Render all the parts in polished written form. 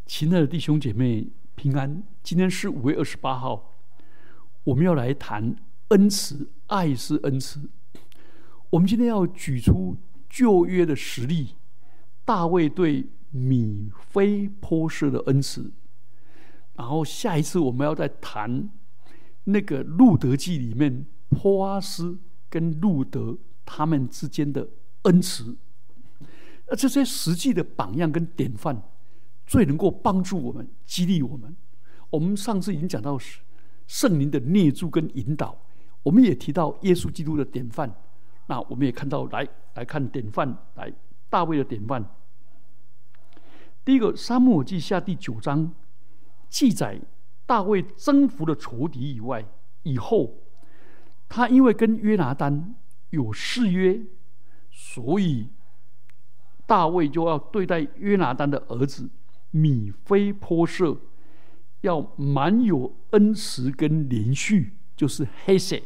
亲爱的弟兄姐妹平安，今天是5月28号，我们要来谈恩慈，爱是恩慈。我们今天要举出旧约的实例，大卫对米非波设的恩慈。然后下一次我们要再谈那个路德记里面波阿斯跟路德他们之间的恩慈。这些实际的榜样跟典范最能够帮助我们、激励我们。我们上次已经讲到圣灵的内住跟引导，我们也提到耶稣基督的典范。那我们也看到来看典范，来大卫的典范。第一个，撒母耳记下第9章记载大卫征服了仇敌以后，他因为跟约拿单有誓约，所以大卫就要对待约拿单的儿子米非波设要满有恩慈跟连续，就是黑色。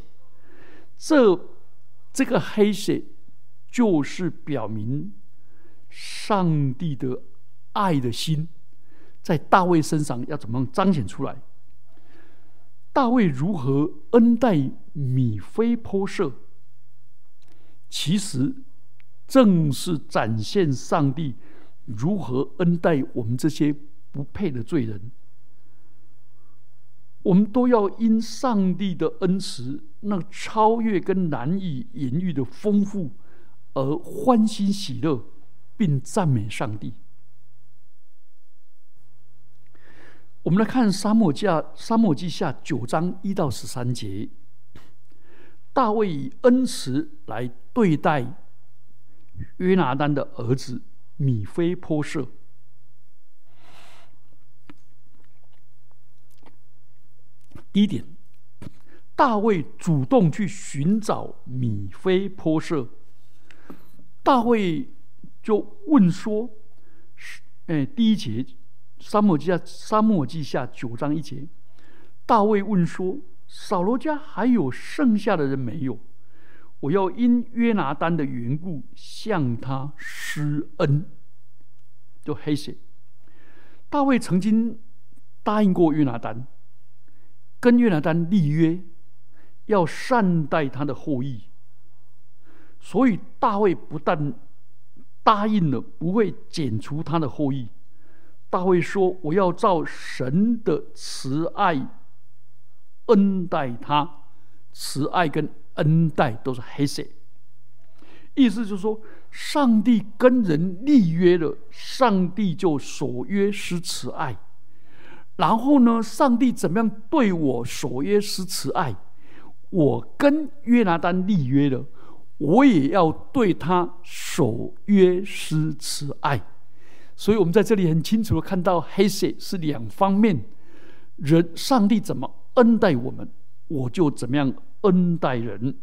这个黑色就是表明上帝的爱的心在大卫身上要怎么样彰显出来。大卫如何恩待米非波设，其实正是展现上帝如何恩待我们这些不配的罪人。我们都要因上帝的恩慈那超越跟难以言喻的丰富而欢欣喜乐，并赞美上帝。我们来看撒母耳记下9章1到13节，大卫以恩慈来对待约拿单的儿子米非波设。第一点，大卫主动去寻找米非波设。大卫就问说，第一节撒母耳记下9章1节，大卫问说：扫罗家还有剩下的人没有？我要因约拿单的缘故向他施恩。就黑色，大卫曾经答应过约拿单，跟约拿单立约，要善待他的后裔。所以大卫不但答应了不会剪除他的后裔，大卫说：我要照神的慈爱恩待他。慈爱跟恩待都是黑色，意思就是说，上帝跟人立约了，上帝就守约施慈爱。然后呢，上帝怎么样对我守约施慈爱？我跟约拿单立约了，我也要对他守约施慈爱。所以我们在这里很清楚的看到，黑色是2方面，上帝怎么恩待我们，我就怎么样恩待人。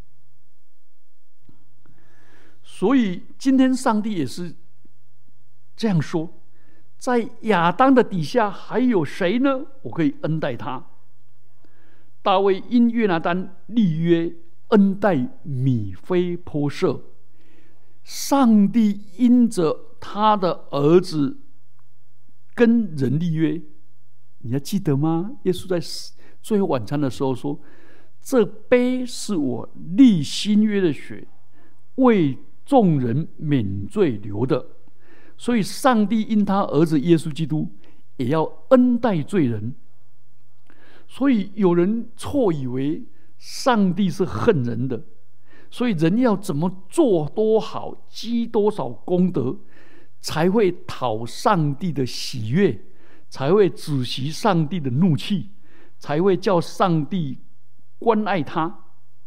所以今天上帝也是这样说，在亚当的底下还有谁呢？我可以恩待他。大卫因约拿单立约，恩待米非波设。上帝因着他的儿子跟人立约，你还记得吗？耶稣在最后晚餐的时候说：这杯是我立新约的血，为众人免罪流的。所以上帝因他儿子耶稣基督也要恩待罪人。所以有人错以为上帝是恨人的，所以人要怎么做多好，积多少功德，才会讨上帝的喜悦，才会止息上帝的怒气，才会叫上帝关爱他。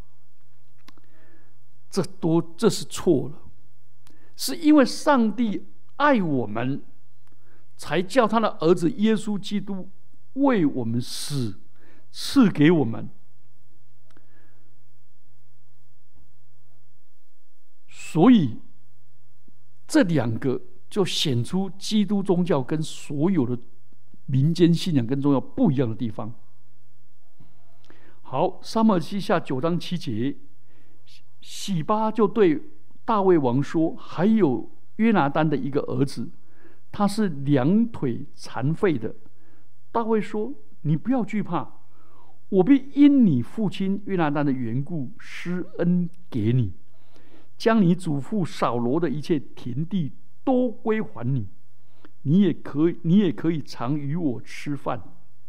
这是错了，是因为上帝爱我们，才叫他的儿子耶稣基督为我们死，赐给我们。所以这2个就显出基督宗教跟所有的民间信仰跟宗教不一样的地方。好，撒母耳记下9章7节，洗巴就对大卫王说：还有约拿单的一个儿子， 他是两腿残废的。大卫说：“你不要惧怕，我必因你父亲约拿单的缘故施恩给你，将你祖父扫罗的一切田地都归还你。你也可以常与我吃饭。”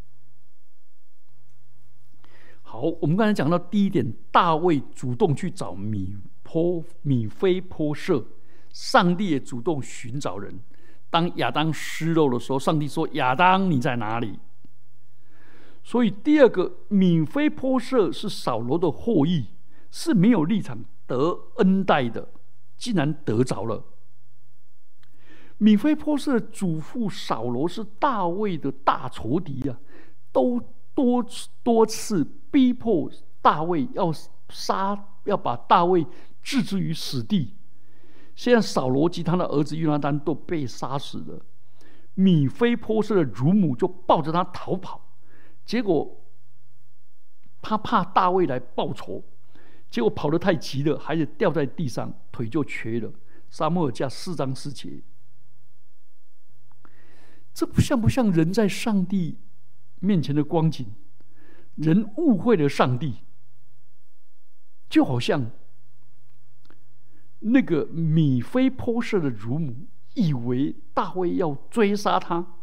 好，我们刚才讲到第一点，大卫主动去找米非波设，上帝也主动寻找人。当亚当失落的时候，上帝说：“亚当，你在哪里？”所以第二个，米非波设是扫罗的后裔，是没有立场得恩待的，竟然得着了。米非波设的祖父扫罗是大卫的大仇敌啊，都多次逼迫大卫要把大卫置之于死地。现在扫罗及他的儿子约拿单都被杀死了，米非波设的乳母就抱着他逃跑，结果他怕大卫来报仇，结果跑得太急了，孩子掉在地上，腿就瘸了。撒母耳记4章4节。这像不像人在上帝面前的光景？人误会了上帝，就好像那个米非波设的乳母以为大卫要追杀他，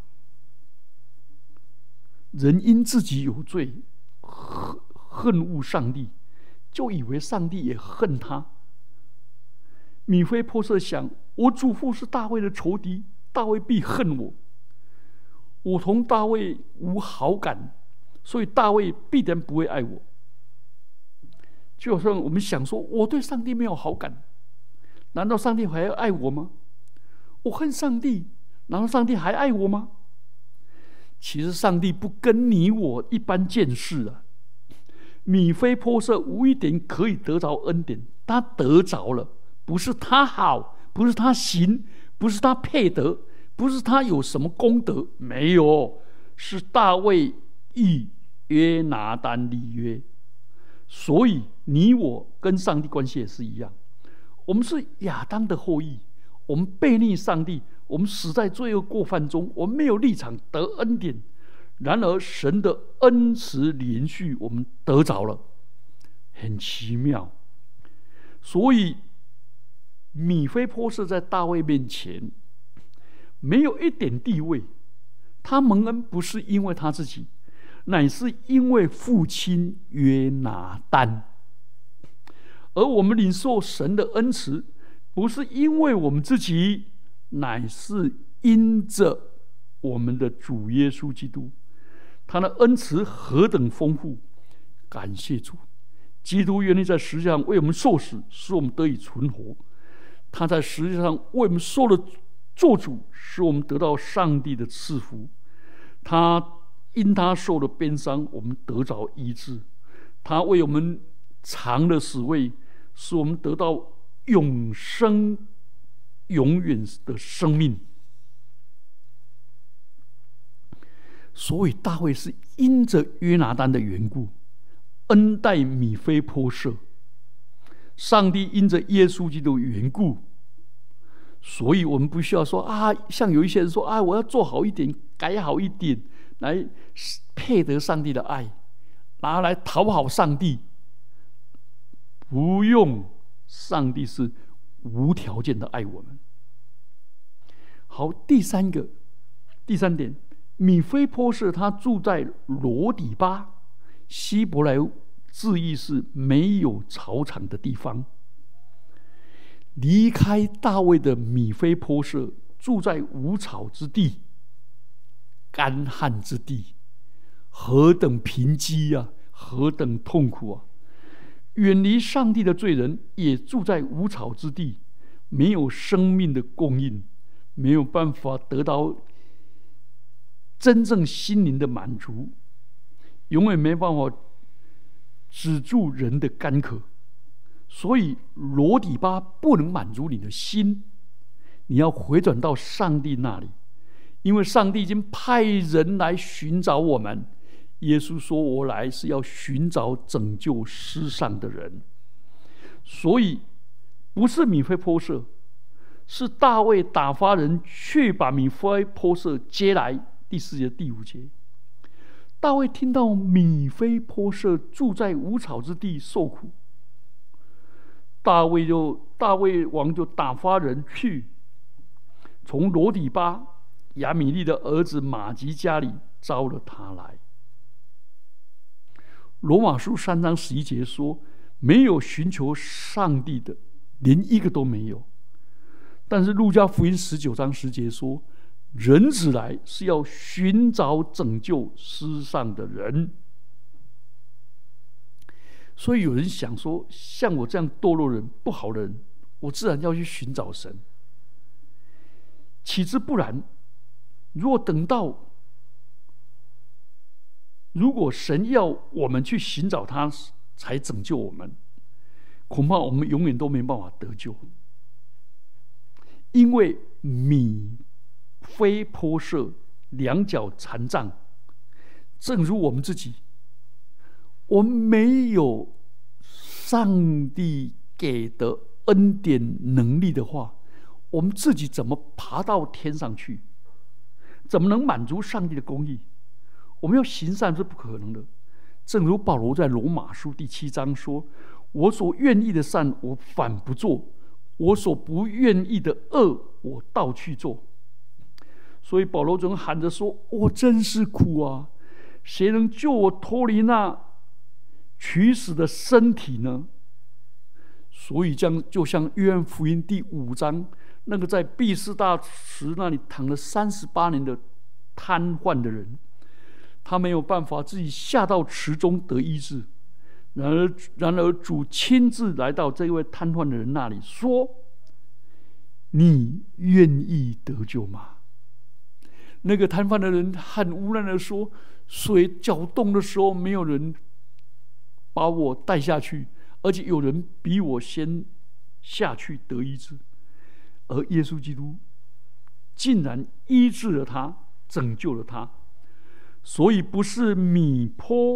人因自己有罪恨恶上帝，就以为上帝也恨他。米非波设想：我祖父是大卫的仇敌，大卫必恨我，我同大卫无好感，所以大卫必然不会爱我。就好像我们想说，我对上帝没有好感，难道上帝还要爱我吗？我恨上帝，难道上帝还爱我吗？其实上帝不跟你我一般见识啊。米非波设无一点可以得着恩典，他得着了，不是他好，不是他行，不是他配得，不是他有什么功德，没有，是大卫与约拿单立约。所以你我跟上帝关系也是一样，我们是亚当的后裔，我们悖逆上帝，我们死在罪恶过犯中，我们没有立场得恩典。然而神的恩慈连续，我们得着了，很奇妙。所以米非波设在大卫面前没有一点地位，他蒙恩不是因为他自己，乃是因为父亲约拿单。而我们领受神的恩慈，不是因为我们自己，乃是因着我们的主耶稣基督。他的恩慈何等丰富，感谢主！基督愿意在十字架上为我们受死，使我们得以存活。他在十字架上为我们受了咒诅，使我们得到上帝的赐福。因他受了鞭伤，我们得着医治。他为我们尝了死味，使我们得到永生、永远的生命。所以大卫是因着约拿单的缘故，恩待米非波设；上帝因着耶稣基督的缘故，所以我们不需要说像有一些人说我要做好一点，改好一点，来配得上帝的爱，拿来讨好上帝。不用，上帝是无条件的爱我们。好，第三点，米非波设他住在罗底巴，希伯来字义是没有草场的地方。离开大卫的米非波设住在无草之地、干旱之地，何等贫瘠啊，何等痛苦啊！远离上帝的罪人也住在无草之地，没有生命的供应，没有办法得到真正心灵的满足，永远没办法止住人的干渴。所以罗底巴不能满足你的心，你要回转到上帝那里，因为上帝已经派人来寻找我们。耶稣说：“我来是要寻找拯救世上的人。”所以不是米非波设， 是大卫打发人去把米非波设接来。第4节第5节，大卫听到米非波设住在无草之地受苦，大卫王就打发人去，从罗底巴亚米利的儿子马吉家里招了他来。罗马书3章11节说，没有寻求上帝的，连一个都没有。但是路加福音19章10节说，人子来是要寻找拯救世上的人。所以有人想说，像我这样堕落人、不好的人，我自然要去寻找神。岂之不然？如果神要我们去寻找他才拯救我们，恐怕我们永远都没办法得救。因为米非波设两脚残障，正如我们自己，我们没有上帝给的恩典能力的话，我们自己怎么爬到天上去？怎么能满足上帝的公义？我们要行善是不可能的。正如保罗在罗马书第7章说，我所愿意的善我反不做，我所不愿意的恶我倒去做。所以保罗总喊着说，我真是苦啊，谁能救我脱离那取死的身体呢？所以就像约翰福音第5章那个在毕士大池那里躺了38年的瘫痪的人，他没有办法自己下到池中得医治，然而主亲自来到这位瘫痪的人那里说，你愿意得救吗？那个瘫痪的人很无奈的说，水搅动的时候没有人把我带下去，而且有人比我先下去得医治，而耶稣基督竟然医治了他，拯救了他。所以不是米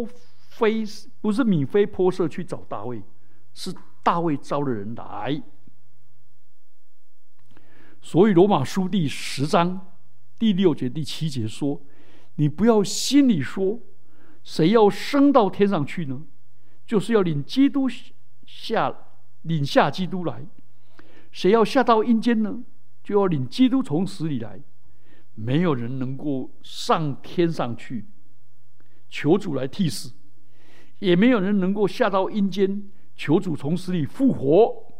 非波设去找大卫，是大卫招了人来。所以罗马书第10章第6节第7节说，你不要心里说，谁要升到天上去呢？就是要领下基督来。谁要下到阴间呢？就要领基督从死里来。没有人能够上天上去求主来替死，也没有人能够下到阴间求主从死里复活。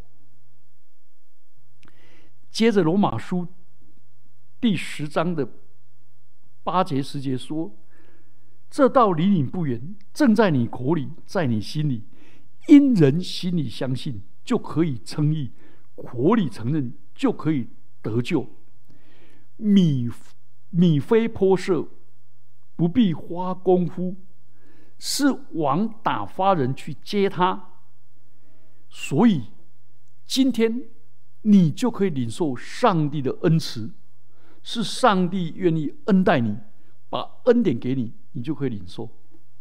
接着罗马书第10章的8节10节说，这道离你不远，正在你口里，在你心里，因人心里相信就可以称义，口里承认就可以得救。米非波设不必花功夫，是王打发人去接他，所以今天你就可以领受上帝的恩慈，是上帝愿意恩待你，把恩典给你，你就可以领受。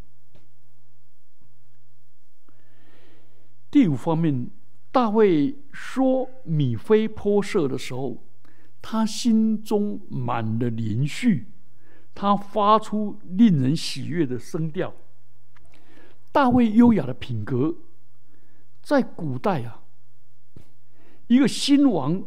第5方面，大卫说米非波设的时候，他心中满了连续，他发出令人喜悦的声调。大卫优雅的品格，在古代一个新王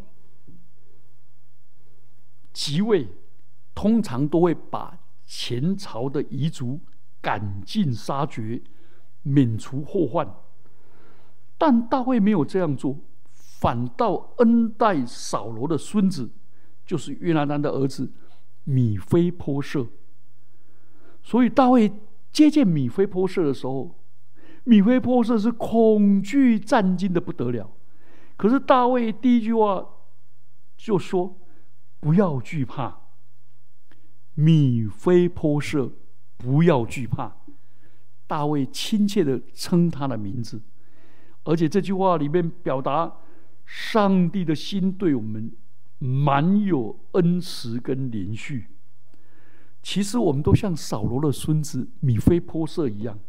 即位，通常都会把前朝的遗族赶尽杀绝，免除后患。但大卫没有这样做，反倒恩待扫罗的孙子，就是约拿单的儿子米非波设。所以大卫接见米非波设的时候，米非波设是恐惧战惊的不得了。可是大卫第一句话就说，不要惧怕，米非波设不要惧怕。大卫亲切的称他的名字，而且这句话里面表达上帝的心对我们满有恩慈跟怜恤。其实我们都像扫罗的孙子米非波设一样。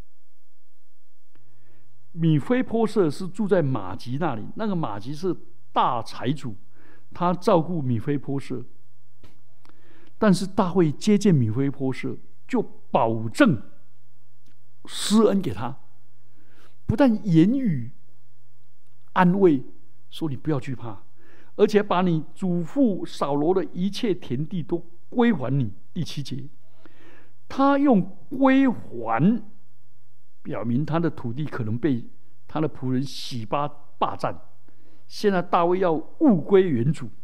米非波设是住在马吉那里，那个马吉是大财主，他照顾米非波设。但是大卫接见米非波设，就保证施恩给他，不但言语安慰，说你不要惧怕，而且把你祖父扫罗的一切田地都归还你。第7节，他用归还表明他的土地可能被他的仆人洗巴霸占，现在大卫要物归原主。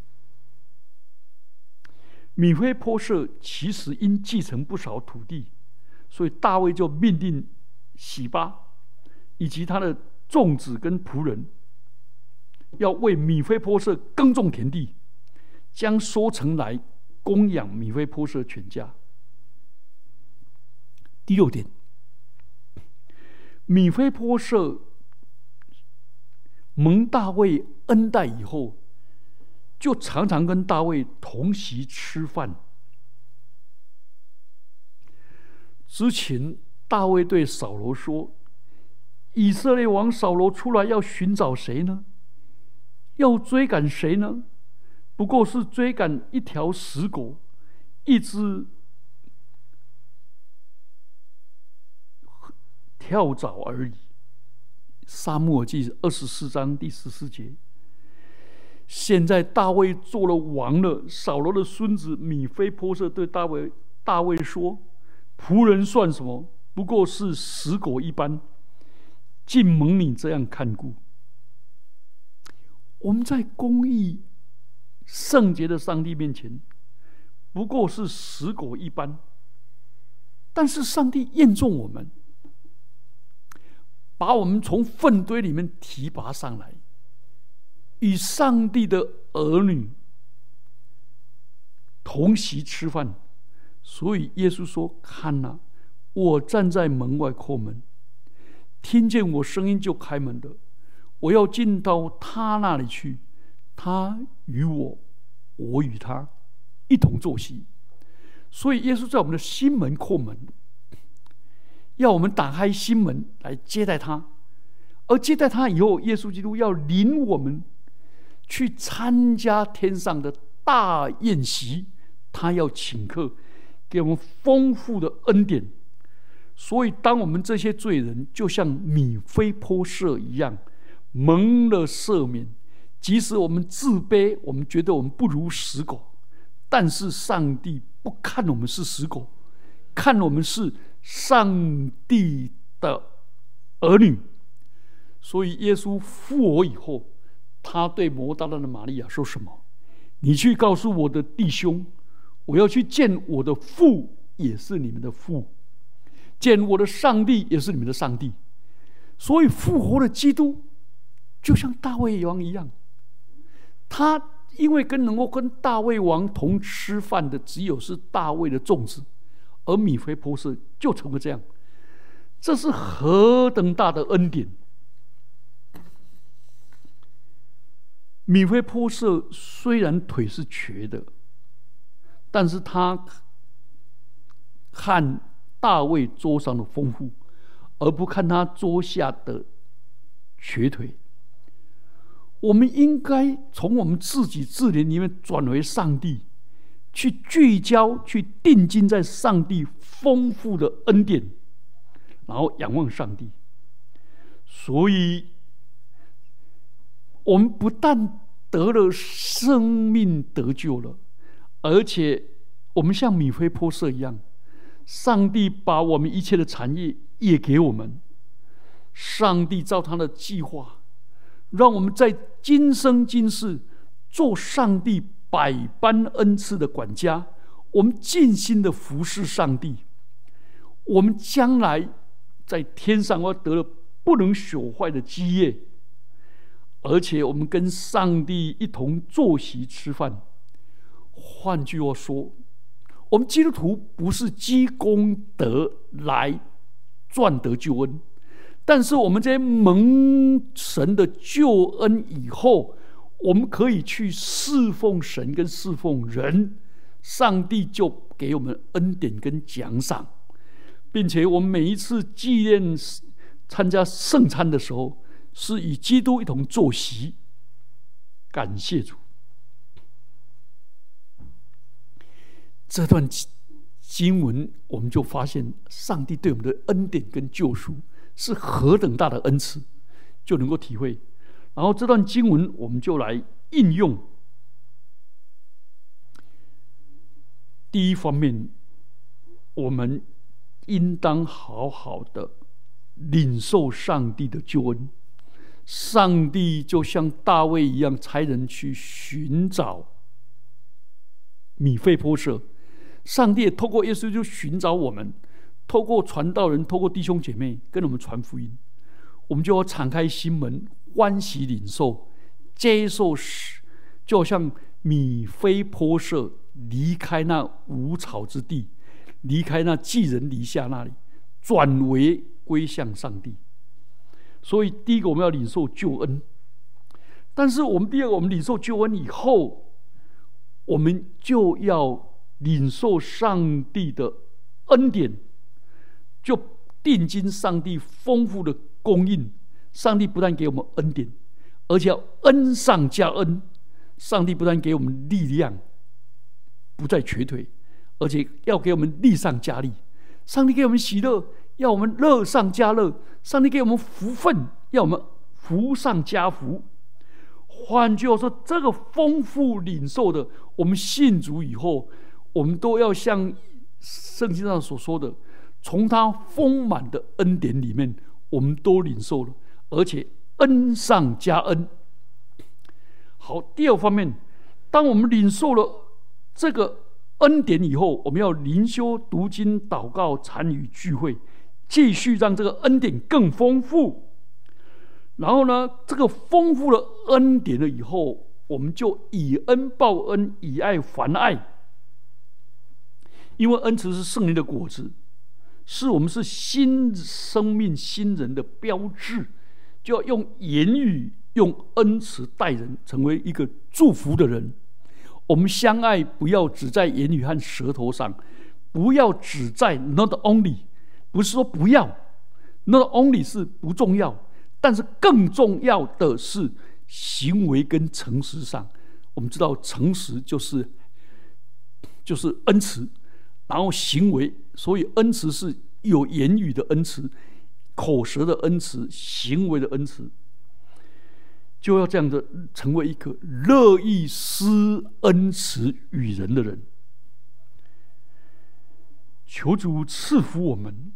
米非波设其实因继承不少土地，所以大卫就命令洗巴以及他的众子跟仆人，要为米非波设耕种田地，将收成来供养米非波设全家。第6点，米非波设蒙大卫恩待以后，就常常跟大卫同席吃饭。之前大卫对扫罗说，以色列王扫罗出来要寻找谁呢？要追赶谁呢？不过是追赶一条死狗，一只跳蚤而已。撒母耳记24章第14节。现在大卫做了王了，扫罗的孙子米非波设对大卫说：“仆人算什么？不过是死狗一般，竟蒙你这样看顾。”我们在公义圣洁的上帝面前，不过是死狗一般，但是上帝验中我们，把我们从粪堆里面提拔上来，与上帝的儿女同席吃饭。所以耶稣说：“看哪，我站在门外叩门，听见我声音就开门的，我要进到他那里去，他与我，我与他一同坐席。”所以耶稣在我们的心门叩门，要我们打开心门来接待他。而接待他以后，耶稣基督要领我们去参加天上的大宴席，他要请客，给我们丰富的恩典。所以当我们这些罪人就像米非波设一样蒙了赦免，即使我们自卑，我们觉得我们不如死狗，但是上帝不看我们是死狗，看我们是上帝的儿女。所以耶稣复活以后，他对摩大拉的玛利亚说什么？你去告诉我的弟兄，我要去见我的父，也是你们的父，见我的上帝，也是你们的上帝。所以复活的基督就像大卫王一样，他因为能够跟大卫王同吃饭的只有是大卫的众子，而米非波设就成了这样。这是何等大的恩典！米非波设虽然腿是瘸的，但是他看大卫桌上的丰富，而不看他桌下的瘸腿。我们应该从我们自己自怜里面转回上帝，去聚焦，去定睛在上帝丰富的恩典，然后仰望上帝。所以我们不但得了生命得救了，而且我们像米非波设一样，上帝把我们一切的产业也给我们。上帝照他的计划，让我们在今生今世做上帝百般恩赐的管家，我们尽心的服侍上帝。我们将来在天上要得了不能朽坏的基业，而且我们跟上帝一同坐席吃饭。换句话说，我们基督徒不是积功德来赚得救恩，但是我们这些蒙神的救恩以后，我们可以去侍奉神跟侍奉人，上帝就给我们恩典跟奖赏，并且我们每一次纪念参加圣餐的时候，是与基督一同坐席。 感谢主。这段经文我们就发现上帝对我们的恩典跟救赎是何等大的恩慈，就能够体会。然后这段经文我们就来应用。第一方面，我们应当好好的领受上帝的救恩。上帝就像大卫一样，差人去寻找米非波设。上帝也透过耶稣就寻找我们，透过传道人，透过弟兄姐妹跟我们传福音。我们就要敞开心门，欢喜领受，接受，就好像米非波设离开那无草之地，离开那寄人篱下那里，转为归向上帝。所以第一个我们要领受救恩，但是第二个我们领受救恩以后，我们就要领受上帝的恩典，就定睛上帝丰富的供应。上帝不但给我们恩典，而且要恩上加恩。上帝不但给我们力量，不再瘸腿，而且要给我们力上加力。上帝给我们喜乐，要我们乐上加乐。上帝给我们福分，要我们福上加福。换句话说，这个丰富领受的，我们信主以后，我们都要像圣经上所说的，从他丰满的恩典里面，我们都领受了，而且恩上加恩。好，第二方面，当我们领受了这个恩典以后，我们要灵修、读经、祷告、参与聚会，继续让这个恩典更丰富。然后呢，这个丰富的恩典了以后，我们就以恩报恩，以爱还爱。因为恩慈是圣灵的果子，是我们是新生命、新人的标志，就要用言语、用恩慈待人，成为一个祝福的人。我们相爱不要只在言语和舌头上，不要只在 not only， 不是说不要 not only 是不重要，但是更重要的是行为跟诚实上。我们知道诚实就是恩慈，然后行为，所以恩慈是有言语的恩慈、口舌的恩慈、行为的恩慈，就要这样的成为一个乐意施恩慈与人的人。求主赐福我们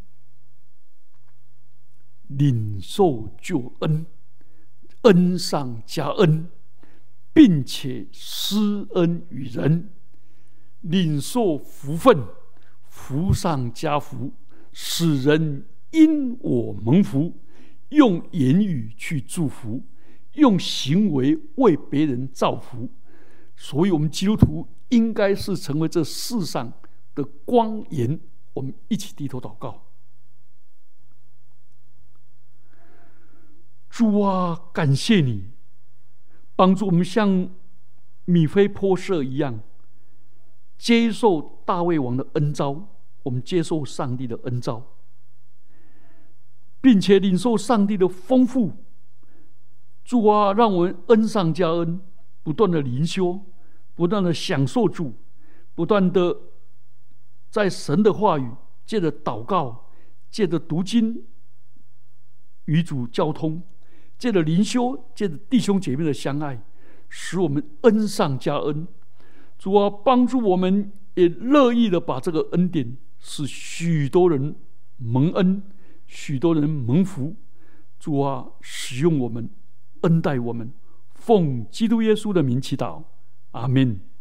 领受救恩，恩上加恩，并且施恩与人，领受福分，福上加福，使人因我蒙福，用言语去祝福，用行为为别人造福。所以我们基督徒应该是成为这世上的光颜。我们一起低头祷告。主啊，感谢你帮助我们像米非波设一样接受大卫王的恩召，我们接受上帝的恩召，并且领受上帝的丰富。主啊，让我们恩上加恩，不断的灵修，不断的享受主，不断的在神的话语，借着祷告，借着读经与主交通，借着灵修，借着弟兄姐妹的相爱，使我们恩上加恩。主啊，帮助我们也乐意的把这个恩典使许多人蒙恩，许多人蒙福。主啊，使用我们，恩待我们，奉基督耶稣的名祈祷，阿们。